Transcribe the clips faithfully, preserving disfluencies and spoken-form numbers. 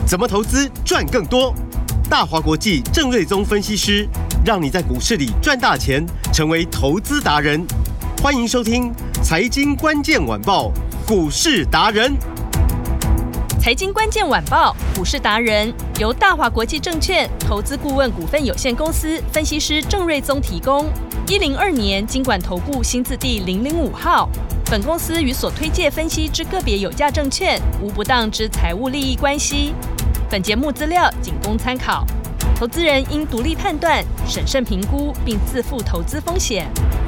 怎么投资赚更多？大华国际郑瑞宗分析师，让你在股市里赚大钱，成为投资达人。欢迎收听《财经关键晚报》股市达人。 财经关键晚报股市达人由大华国际证券投资顾问股份有限公司分析师郑瑞宗提供。一零二年金管投顾新字第零零五号。本公司与所推介分析之个别有价证券无不当之财务利益关系。本节目资料仅供参考，投资人应独立判断、审慎评估，并自负投资风险。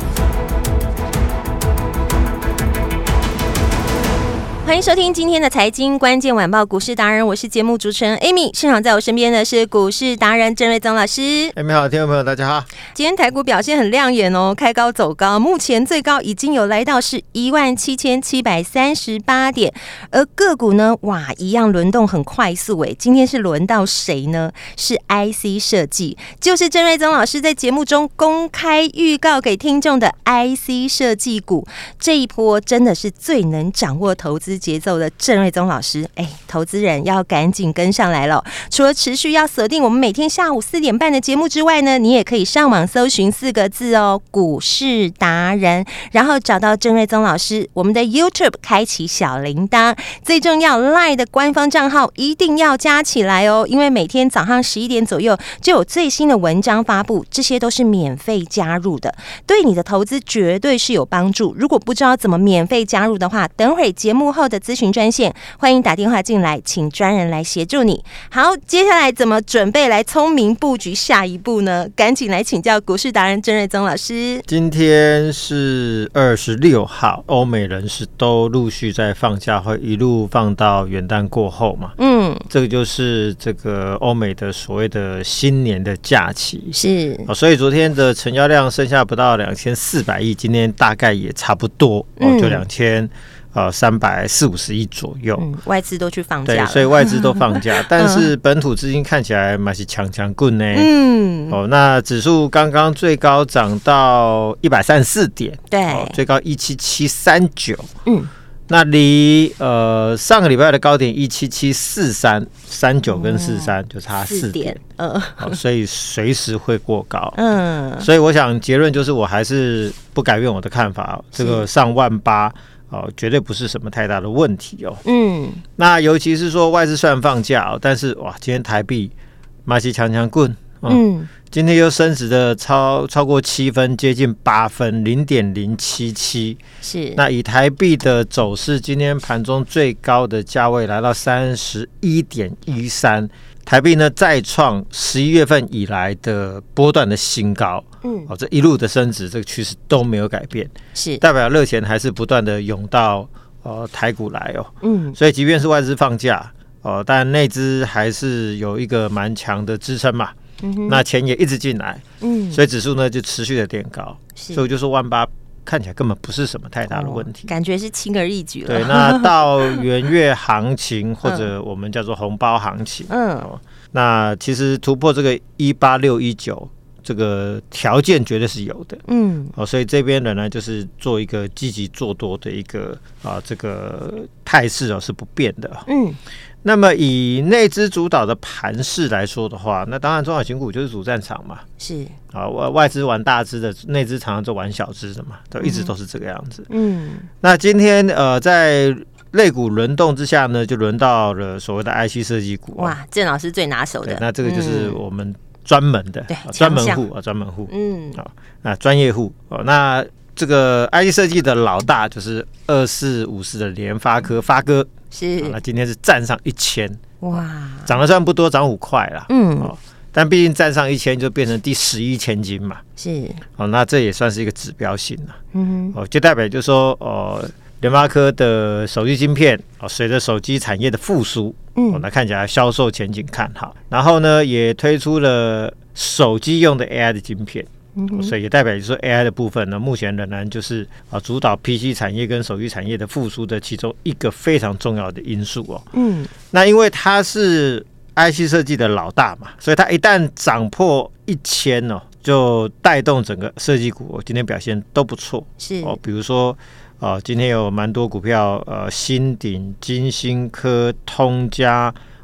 欢迎收听今天的财经关键晚报股市达人，我是节目主持人 Amy， 现场在我身边的是股市达人郑瑞宗老师。 Amy 好，听众朋友大家好。 今天台股表现很亮眼哦，开高走高，目前最高已经有来到是一万七千七百三十八点，而个股呢，哇，一样轮动很快速诶。今天是轮到谁呢？是 I C 设计，就是郑瑞宗老师在节目中公开预告给听众的 I C 设计股，这一波真的是最能掌握投资节奏的郑瑞宗老师，哎，投资人要赶紧跟上来了。除了持续要锁定我们每天下午四点半的节目之外呢，你也可以上网搜寻四个字哦，股市达人，然后找到郑瑞宗老师。我们的 YouTube 开启小铃铛，最重要 Line 的官方账号一定要加起来哦，因为每天早上十一点左右就有最新的文章发布，这些都是免费加入的，对你的投资绝对是有帮助。如果不知道怎么免费加入的话，等会节目后的咨询专线，欢迎打电话进来，请专人来协助你。好，接下来怎么准备来聪明布局下一步呢？赶紧来请教股市达人郑瑞宗老师。 今天是二十六号，欧美人士都陆续在放假，会一路放到元旦过后嘛。嗯，这个就是这个欧美的所谓的新年的假期。 是， 哦、所以昨天的成交量剩下不到两千四百亿，今天大概也差不多，哦、就两千。呃，三百四五十亿左右、嗯， 外资都去放假了， 对，所以外资都放假，但是本土资金看起来蛮是强强棍呢。嗯，哦，那指数刚刚最高涨到一百三十四点， 对、 哦，最高一七七三九，嗯，那离呃上个礼拜的高点一七七四三三九跟四三就差四点，嗯、哦，所以随时会过高，嗯，所以我想结论就是我还是不改变我的看法，这个上万八。哦，绝对不是什么太大的问题哦。嗯，那尤其是说外资虽然放假、哦，但是哇，今天台币马西强强棍，哦、嗯，今天又升值的超超过七分，接近八分，零点零七七。是，那以台币的走势，今天盘中最高的价位来到三十一点一三。台币呢再创十一月份以来的波段的新高，嗯，哦，这一路的升值，这个趋势都没有改变，是代表热钱还是不断的涌到呃台股来哦，嗯，所以即便是外资放假哦、呃，但内资还是有一个蛮强的支撑嘛，嗯，那钱也一直进来，嗯，所以指数呢就持续的垫高，所以我就说万八。看起来根本不是什么太大的问题， 哦、感觉是轻而易举了。 对，那到元月行情或者我们叫做红包行情，嗯，哦、那其实突破这个一八六一九这个条件绝对是有的，嗯，哦，所以这边仍然就是做一个积极做多的一个啊这个态势哦是不变的，嗯。那么以内资主导的盘势来说的话，那当然中小型股就是主战场嘛，是啊，外资玩大资的，内资常常就玩小资的嘛，都一直都是这个样子。嗯，那今天呃在类股轮动之下呢，就轮到了所谓的 I C 设计股。 哇，郑老师最拿手的， 那这个就是我们专门的专、嗯、门户啊，专门户，嗯，好，那专业户哦，那。这个 I C 设计的老大就是二四五四的联发科，发哥是，那今天是站上一千，哇，涨得虽然不多，涨五块啦，嗯、哦，但毕竟站上一千就变成第十一千金嘛，是，哦，那这也算是一个指标性了，嗯哼，哦，就代表就是说，哦，联发科的手机晶片，哦，随着手机产业的复苏，嗯、哦，那看起来销售前景看好，然后呢，也推出了手机用的 A I 的晶片。嗯、所以也代表说 A I 的部分呢，目前仍然就是啊主导 P C 产业跟手机产业的复苏的其中一个非常重要的因素哦。嗯，那因为它是 I C 设计的老大嘛，所以它一旦涨破一千哦，就带动整个设计股、哦、今天表现都不错。是哦，比如说啊、呃，今天有蛮多股票，呃，新鼎、金星科、通家、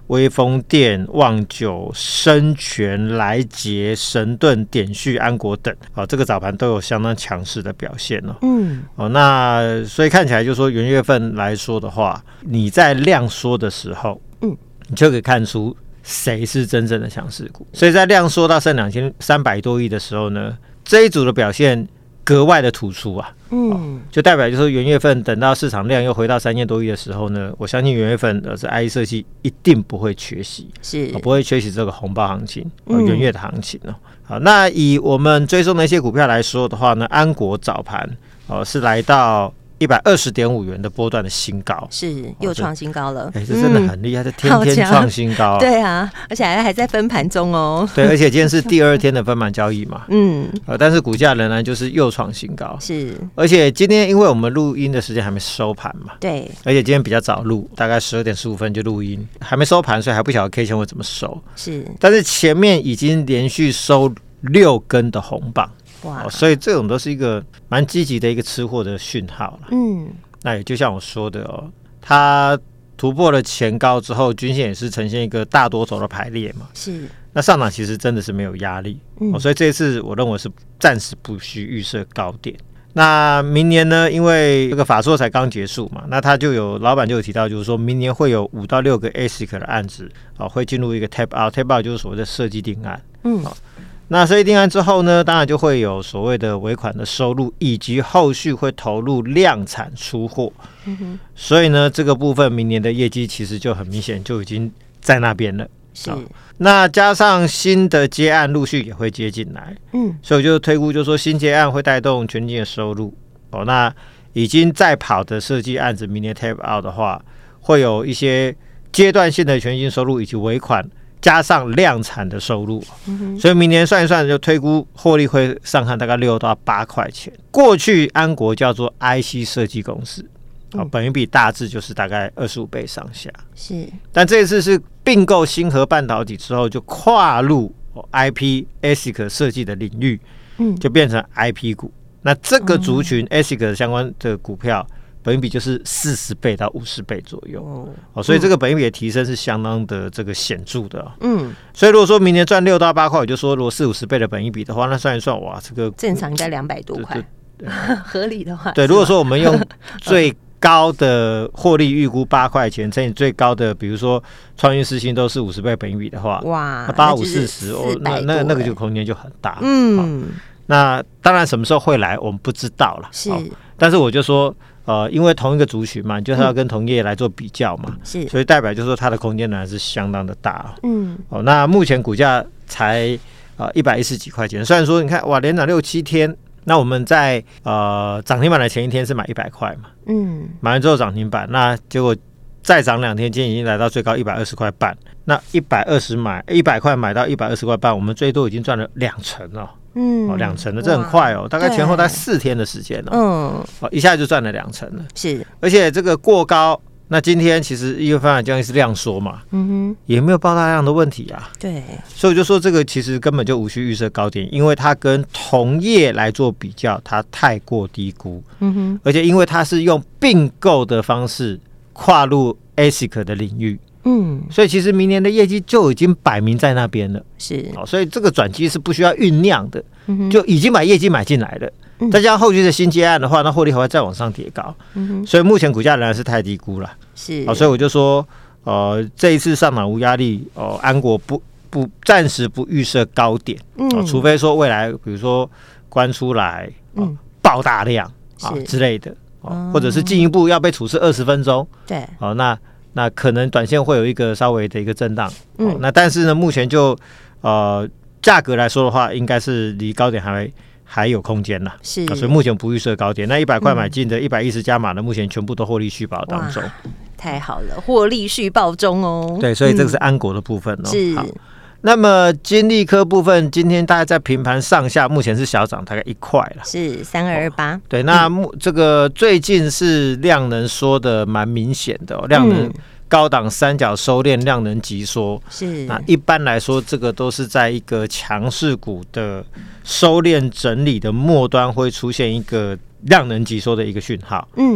威风电、旺九、深全、来捷、神盾、点序、安国等，哦，这个早盘都有相当强势的表现哦。嗯，哦，那所以看起来就说元月份来说的话，你在量缩的时候，嗯，你就可以看出谁是真正的强势股。所以在量缩到剩两千三百多亿的时候呢，这一组的表现格外的突出啊。嗯、哦，就代表就是说元月份等到市场量又回到三千多亿的时候呢，我相信元月份呃，是 I E 设计一定不会缺席，是、哦、不会缺席这个红包行情，呃、元月的行情哦。好，那以我们追踪的一些股票来说的话呢，安国早盘哦是来到一百二十点五元的波段的新高，是又创新高了。 哎、欸，这真的很厉害，这、嗯、天天创新高、啊。 对啊，而且还还在分盘中哦。 对，而且今天是第二天的分盘交易嘛。嗯、呃，但是股价仍然就是又创新高。是，而且今天因为我们录音的时间还没收盘嘛，对，而且今天比较早录，大概十二点十五分就录音，还没收盘，所以还不晓得 K 线会怎么收。是，但是前面已经连续收六根的红棒。哇、哦，所以这种都是一个蛮积极的一个吃货的讯号了。嗯，那也就像我说的哦，它突破了前高之后，均线也是呈现一个大多头的排列嘛。是，那上涨其实真的是没有压力。嗯、哦，所以这一次我认为是暂时不需预设高点。那明年呢？因为这个法说才刚结束嘛，那他就有老板就有提到，就是说明年会有五到六个 A S I C 的案子啊、哦，会进入一个 tap out，tap out 就是所谓的设计定案。嗯。哦，那设计定案之后呢，当然就会有所谓的尾款的收入，以及后续会投入量产出货。嗯哼，所以呢，这个部分明年的业绩其实就很明显就已经在那边了。是，那加上新的接案陆续也会接进来，嗯，所以我就推估，就说新接案会带动全金的收入。哦，那已经在跑的设计案子，明年 tap out 的话，会有一些阶段性的全金收入以及尾款。加上量产的收入，嗯、所以明年算一算，就推估获利会上看大概六到八块钱。过去安国叫做 I C 设计公司，嗯、本益比大致就是大概二十五倍上下。是，但这一次是并购星河半导体之后，就跨入 I P A S I C 设计的领域，嗯，就变成 I P 股。那这个族群 A S I C 相关的股票。本益比就是四十倍到五十倍左右，哦，所以这个本益比的提升是相当的这个显著的、哦，嗯，所以如果说明年赚六到八块，我就说如果四五十倍的本益比的话，那算一算，哇，这个正常应该两百多块，合理的话， 对，如果说我们用最高的获利预估八块钱乘以最高的，比如说创运世新都是五十倍本益比的话，哇，那八五四十，哦，那那那个就空间就很大，嗯，那当然什么时候会来我们不知道了，是，但是我就说。呃，因为同一个族群嘛，你就是要跟同业来做比较嘛，是，所以代表就是说它的空间呢还是相当的大、哦，嗯，哦，那目前股价才呃一百一十几块钱，虽然说你看哇连涨六七天，那我们在呃涨停板的前一天是买一百块嘛，嗯，买完之后涨停板，那结果再涨两天，今天已经来到最高一百二十块半，那一百二十买一百块买到一百二十块半，我们最多已经赚了两成了。嗯，哦，两成的，这很快哦，大概前后大概四天的时间了，嗯，哦，一下就赚了两成了，是，而且这个过高，那今天其实一月份的交易是量缩嘛，嗯哼，也没有爆大量的问题啊，对，所以我就说这个其实根本就无需预设高点，因为它跟同业来做比较，它太过低估，嗯哼，而且因为它是用并购的方式跨入 A S I C 的领域。嗯，所以其实明年的业绩就已经摆明在那边了，是，哦，所以这个转机是不需要酝酿的，嗯、就已经把业绩买进来了，嗯、再加上后续的新接案的话，那获利还会再往上叠高，嗯、所以目前股价仍然是太低估了，是，哦，所以我就说，呃，这一次上涨无压力，哦，安国不不暂时不预设高点，嗯、哦，除非说未来比如说关出来，哦、嗯，爆大量啊之类的，哦，或者是进一步要被处置二十分钟，对，哦，那。那可能短线会有一个稍微的一个震荡，嗯、哦，那但是呢，目前就呃价格来说的话，应该是离高点还还有空间啦，是、啊，所以目前不预设高点。那一百块买进的，一百一十加码的，目前全部都获利续报当中， 太好了，获利续报中哦。 对，所以这个是安国的部分哦。是。好，那么金利科部分今天大概在平盘上下，目前是小涨大概一块了， 是三二二八。 对，那、嗯、这个最近是量能缩的蛮明显的、哦，量能高档三角收敛，量能急缩。是，那一般来说，这个都是在一个强势股的收敛整理的末端会出现一个量能急缩的一个讯号。嗯。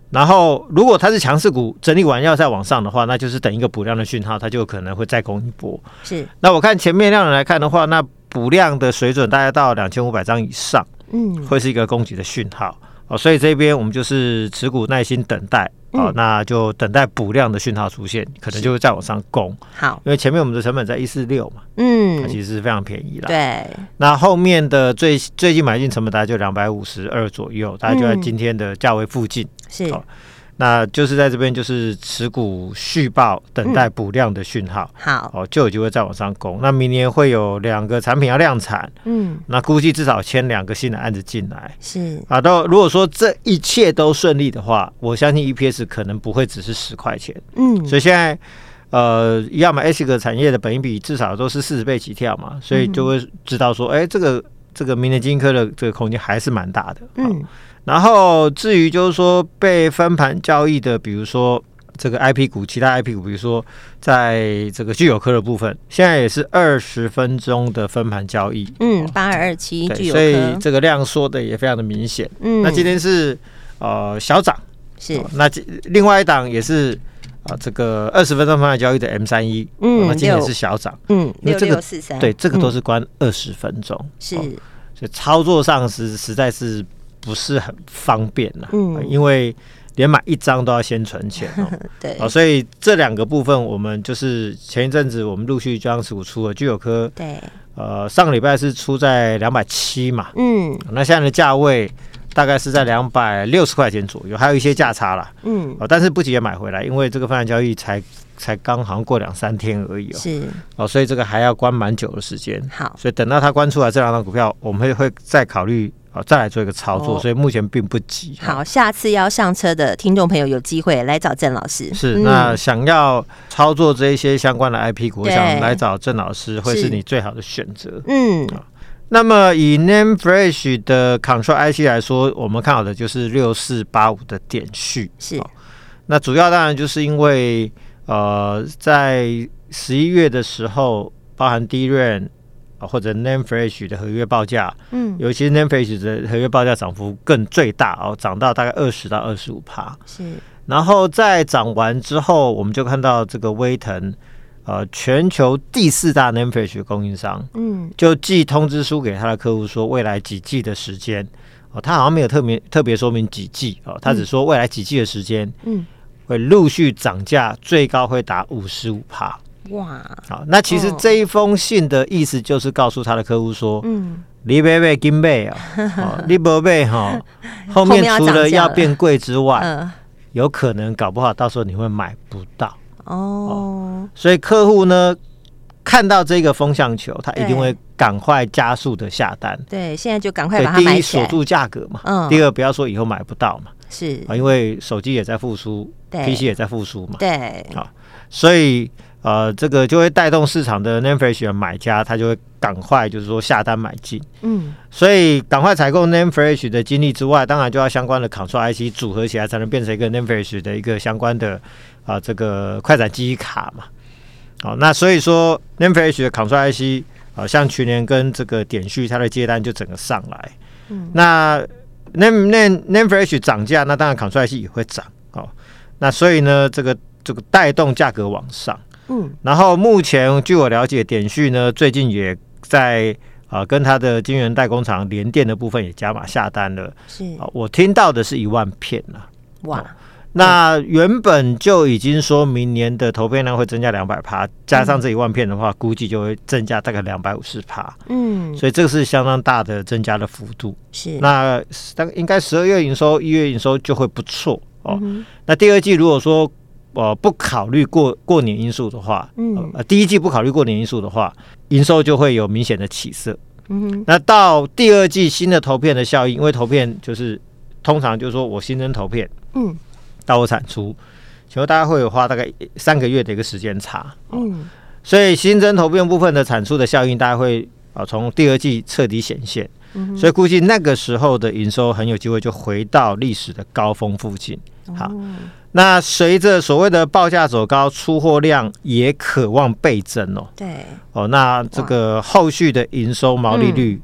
然后如果它是强势股整理完要再往上的话，那就是等一个补量的讯号，它就可能会再攻一波。 是。 那我看前面量能来看的话，那补量的水准大概到两千五百张以上，嗯，会是一个攻击的讯号。哦，所以这边我们就是持股耐心等待，哦，嗯、那就等待补量的讯号出现，可能就会再往上攻。 好， 因为前面我们的成本在一四六嘛，嗯，它其实是非常便宜啦。 对， 那后面的最最近买进成本大概就两百五十二左右，大概就在今天的价位附近。嗯、 是。哦， 那就是在这边就是持股续报，等待补量的讯号、 嗯。好， 哦，就有机会再往上攻。那明年会有两个产品要量产，嗯，那估计至少签两个新的案子进来。 是啊，都如果说这一切都顺利的话，我相信 E P S 可能不会只是十块钱。嗯，所以现在呃，一样嘛 ，A S I C 产业的本益比至少都是四十倍起跳嘛，所以就会知道说，哎、欸，这个这个明年晶科的这个空间还是蛮大的。嗯。然后至于就是说被分盘交易的，比如说这个 I P 股，其他 I P 股，比如说在这个具有科的部分，现在也是二十分钟的分盘交易， 嗯，八二二七具有科， 所以这个量缩的也非常的明显。嗯，那今天是呃小涨， 是、 哦、那另外一档也是啊、呃、这个二十分钟分盘交易的 M 三一，嗯、哦，那今天是小涨， 嗯，六六四三， 对，这个都是关二十分钟， 嗯、是、 哦，所以操作上实实在是不是很方便啦，嗯，因为连买一张都要先存钱、哦， 对、 哦，所以这两个部分我们就是前一阵子我们陆续就让持股出了具有科， 对， 呃，上个礼拜是出在两百七嘛，嗯，那现在的价位大概是在两百六十块钱左右，还有一些价差啦，嗯，哦，但是不急也买回来，因为这个分盘交易才才刚好像过两三天而已哦， 是哦，所以这个还要关蛮久的时间， 好， 所以等到它关出来这两张股票，我们会会再考虑。再来做一个操作、哦，所以目前并不急。 好，下次要上车的听众朋友有机会来找郑老师。 是，嗯、那想要操作这一些相关的 I P 股，我想来找郑老师会是你最好的选择。嗯，那么以 N A M E Flash 的 Control I C 来说，我们看好的就是六四八五的点序。 是、 哦，那主要当然就是因为呃，在十一月的时候，包含 D R A M。或者 N A M E Flash 的合约报价，嗯，尤其是 N A M E Flash 的合约报价涨幅更最大哦，涨到大概二十到二十五趴。 是， 然后在涨完之后，我们就看到这个威腾，呃，全球第四大 N A M E Flash 的供应商，嗯，就寄通知书给他的客户说，未来几季的时间，哦，他好像没有特别特别说明几季哦，他只说未来几季的时间，嗯，会陆续涨价，最高会达五十五趴。 哇， 好，那其实这一封信的意思就是告诉他的客户说，嗯，你别买金买啊，哦，你不买哈，后面除了要变贵之外，嗯，有可能搞不好到时候你会买不到哦，哦，所以客户呢看到这个风向球，他一定会赶快加速的下单， 对，现在就赶快把它买起来。 第一锁住价格嘛，嗯，第二不要说以后买不到嘛， 是啊，因为手机也在复苏 ，P C 也在复苏嘛， 对， 好，所以。呃，这个就会带动市场的 N A M E Flash 的买家，他就会赶快就是说下单买进，嗯，所以赶快采购 N A M E Flash 的精力之外，当然就要相关的 Control I C 组合起来，才能变成一个 N A M E Flash 的一个相关的啊、呃、这个快闪记忆卡嘛。好，那所以说 N A M E Flash 的 Control I C 啊、呃，像去年跟这个点序，它的接单就整个上来，嗯，那 N A M E Flash 涨价，那当然 Control I C 也会涨，哦，那所以呢，这个这个带动价格往上。嗯，然后目前据我了解，点序呢最近也在啊、呃、跟他的晶圆代工厂联电的部分也加码下单了。是啊、呃，我听到的是一万片了。哇、哦，那原本就已经说明年的投片量会增加两百趴，加上这一万片的话，嗯、估计就会增加大概两百五十趴。嗯，所以这个是相当大的增加的幅度。是，那应该十二月营收、一月营收就会不错哦、嗯。那第二季如果说呃，不考虑过过年因素的话，嗯，呃，第一季不考虑过年因素的话，营收就会有明显的起色。嗯，那到第二季新的投片的效应，因为投片就是通常就是说我新增投片，嗯，到我产出，其实大概会有花大概三个月的一个时间差。嗯，所以新增投片部分的产出的效应，大概会啊、呃、从第二季彻底显现。嗯，所以估计那个时候的营收很有机会就回到历史的高峰附近。好。哦，那随着所谓的报价走高，出货量也渴望倍增哦。 对哦， 那这个后续的营收毛利率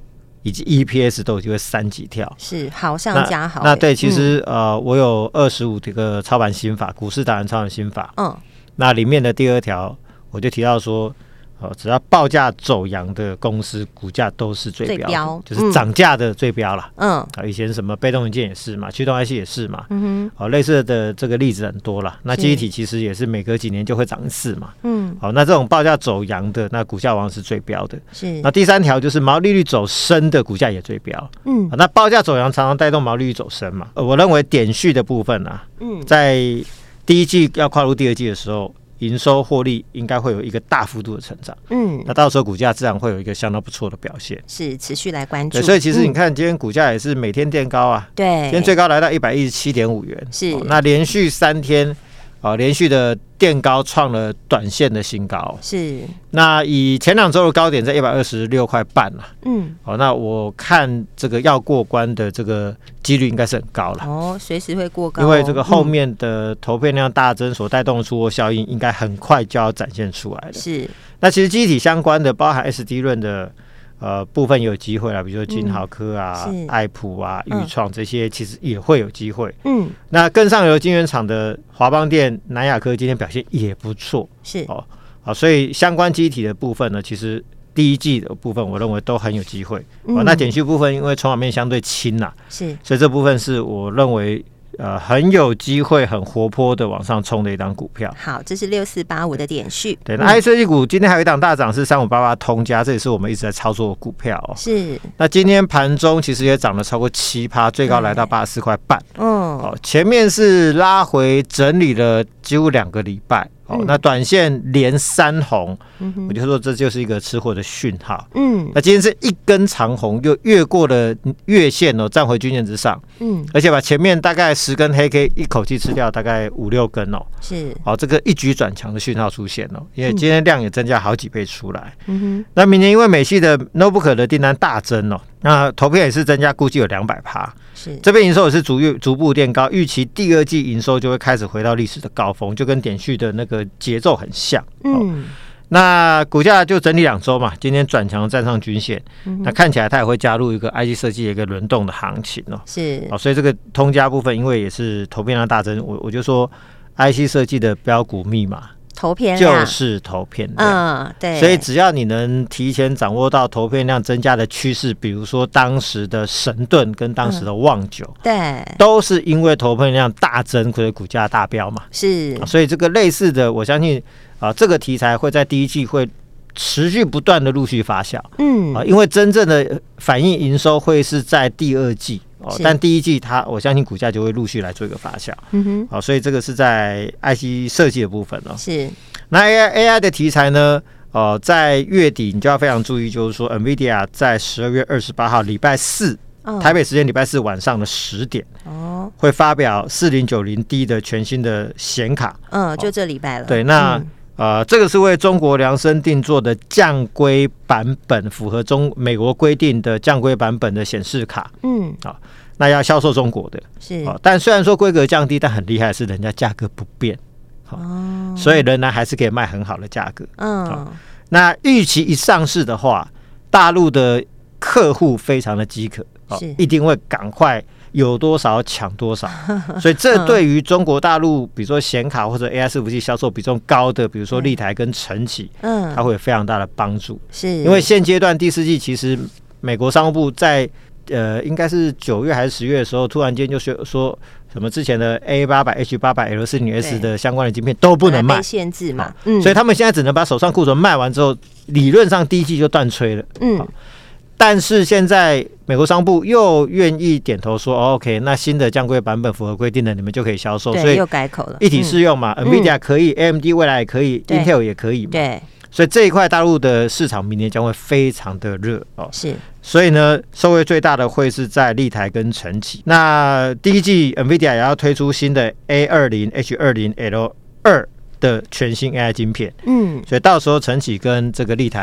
以及 E P S 都有机会三级跳， 是好上加好、欸那。那对，其实、嗯、呃，我有二十五这个操盘心法，股市达人操盘心法。嗯，那里面的第二条，我就提到说，呃，只要报价走阳的公司，股价都是最标的， 标就是涨价的最标啦。 嗯， 啊，以前什么被动元件也是嘛，驱动 I C 也是嘛。嗯哼，好、哦，类似的这个例子很多啦。那记忆体其实也是每隔几年就会涨一次嘛。嗯，好、哦，那这种报价走阳的，那股价往往是最标的。是。那第三条就是毛利率走升的股价也最标。嗯、啊，那报价走阳常常带动毛利率走升嘛。呃，我认为点序的部分啊，嗯，在第一季要跨入第二季的时候。营收获利应该会有一个大幅度的成长，嗯，那到时候股价自然会有一个相当不错的表现， 是持续来关注。 对，所以其实你看，今天股价也是每天垫高啊，对、嗯，今天最高来到一百一十七点五元，是、哦，那连续三天。哦，连续的垫高创了短线的新高，是。那以前两周的高点在一百二十六块半了，嗯，哦，那我看这个要过关的这个几率应该是很高了， 哦，随时会过高、哦， 因为这个后面的投片量大增所带动的出货效应，应该很快就要展现出来了。是。那其实机体相关的，包含 S D 润的。呃，部分也有机会啦，比如说金豪科啊、嗯、爱普啊、裕创、嗯、这些，其实也会有机会。嗯，那更上游晶圆厂的华邦电、南亚科今天表现也不错，是哦，好，所以相关机体的部分呢，其实第一季的部分，我认为都很有机会。嗯、哦，那点序部分，因为筹码面相对轻啦，是，所以这部分是我认为。呃，很有机会很活泼的往上冲的一档股票。 好，这是六四八五的点序。 对，那 I C 设计股今天还有一档大涨是三五八八通家，这也是我们一直在操作的股票哦。是。那今天盘中其实也涨了超过七趴，最高来到八十四块半。嗯。哦，前面是拉回整理了几乎两个礼拜。哦，那短线连三红，嗯、我就说这就是一个吃货的讯号。嗯，那今天是一根长红，又越过了月线哦，站回均线之上。嗯，而且把前面大概十根黑 K 一口气吃掉，大概五六根哦。是，好、哦，这个一举转强的讯号出现哦，因为今天量也增加好几倍出来。嗯哼，那明年因为美系的 notebook 的订单大增哦，那投片也是增加，估计有两百趴。是，这边营收也是逐月逐步垫高，预期第二季营收就会开始回到历史的高峰，就跟点序的那个节奏很像。嗯、哦，那股价就整理两周嘛，今天转强站上均线，嗯、那看起来它也会加入一个 I C 设计的一个轮动的行情哦。是，哦，所以这个通家部分，因为也是投片量大增，我我就说 I C 设计的标股密码。 投片量就是投片量，嗯，对，所以只要你能提前掌握到投片量增加的趋势，比如说当时的神盾跟当时的旺九，嗯、对，都是因为投片量大增，所以股价大飙嘛，是，所以这个类似的，我相信啊、呃，这个题材会在第一季会持续不断的陆续发酵，嗯，啊，因为真正的反映营收会是在第二季。哦，但第一季它，我相信股价就会陆续来做一个发酵，嗯哼，好、哦，所以这个是在 I C 设计的部分哦。是，那 A I A I 的题材呢？哦，在月底你就要非常注意，就是说 NVIDIA 在十二月二十八号礼拜四，哦、台北时间礼拜四晚上的十点，哦，会发表四零九零 D 的全新的显卡， 嗯，就这礼拜了。 对，那。嗯呃，这个是为中国量身定做的降规版本，符合中美国规定的降规版本的显示卡。嗯，好、哦，那要销售中国的，是、哦。但虽然说规格降低，但很厉害的是人家价格不变，好、哦，所以仍然还是可以卖很好的价格。嗯、哦，那预期一上市的话，大陆的客户非常的饥渴，哦，一定会赶快。有多少抢多少，所以这对于中国大陆，比如说显卡或者 A I 伺服器销售比重高的，比如说立台跟晨起，嗯，它会有非常大的帮助。是，因为现阶段第四季，其实美国商务部在呃，应该是九月还是十月的时候，突然间就说说什么之前的 A 八百、H 八百、L 四零 S 的相关的晶片都不能卖， 限制嘛， 嗯，所以他们现在只能把手上库存卖完之后，理论上第一季就断吹了，嗯。但是现在美国商部又愿意点头说、哦、OK， 那新的降规版本符合规定的，你们就可以销售，所以又改口了， 一体适用嘛、嗯、NVIDIA 可以、嗯、A M D 未来也可以 Intel 也可以嘛，对，所以这一块大陆的市场明年将会非常的热哦，是，所以呢，受惠最大的会是在立台跟晨起。那第一季 NVIDIA 也要推出新的 A 二十 H 二十 L 二的全新 A I 晶片，嗯，所以到时候晨起跟这个立台。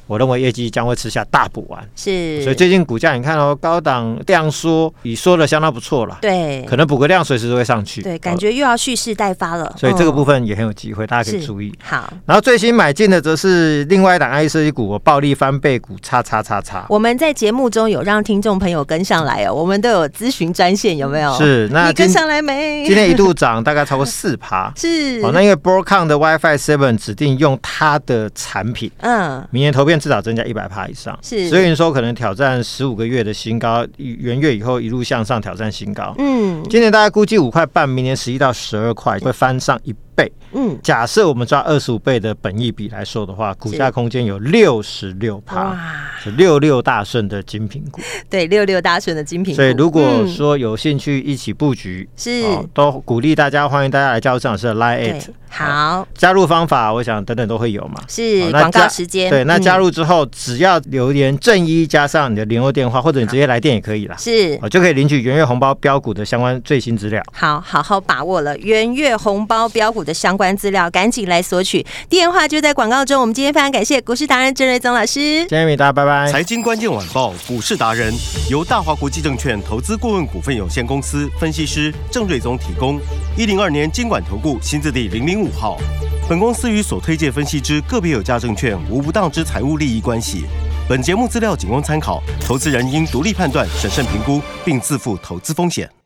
我认为业绩将会吃下大补丸。 是， 所以最近股价你看哦，高档量缩，已缩的相当不错了。 对， 可能补个量随时都会上去。 对，感觉又要蓄势待发了。 所以这个部分也很有机会，大家可以注意。 好， 然后最新买进的则是另外一档 I C 设计股，暴力翻倍股，叉叉叉叉。 我们在节目中有让听众朋友跟上来哦，我们都有咨询专线，有没有？ 是，那你跟上来没？ 今天一度涨大概超过四趴。 是， 哦，那因为 Broadcom 的 WiFi 七 指定用它的产品，嗯，明年投片至少增加一百趴以上。是，所以说可能挑战十五个月的新高，元月以后一路向上挑战新高。嗯，今年大概估计五块半，明年十一到十二块会翻上一倍。嗯，假设我们抓二十五倍的本益比来说的话，股价空间有六十六趴，是六六大顺的精品股。 对，六六大顺的精品股。 所以如果说有兴趣一起布局，是、嗯哦、都鼓励大家，欢迎大家来加入郑老师的 Line at。 好， 加入方法我想等等都会有嘛。 是广告时间。 对，那加入之后，嗯、只要留言正一加上你的联络电话，或者你直接来电也可以啦。是，哦、就可以领取元月红包标股的相关最新资料。 好，好好把握了元月红包标股的相关资料，赶紧来索取，电话就在广告中。我们今天非常感谢股市达人郑瑞宗老师， 谢谢大家，拜拜。 财经关键晚报股市达人由大华国际证券投资顾问股份有限公司分析师郑瑞宗提供。一零二年金管投顾新字第零零五号。本公司与所推介分析之个别有价证券无不当之财务利益关系。本节目资料仅供参考，投资人应独立判断、审慎评估，并自负投资风险。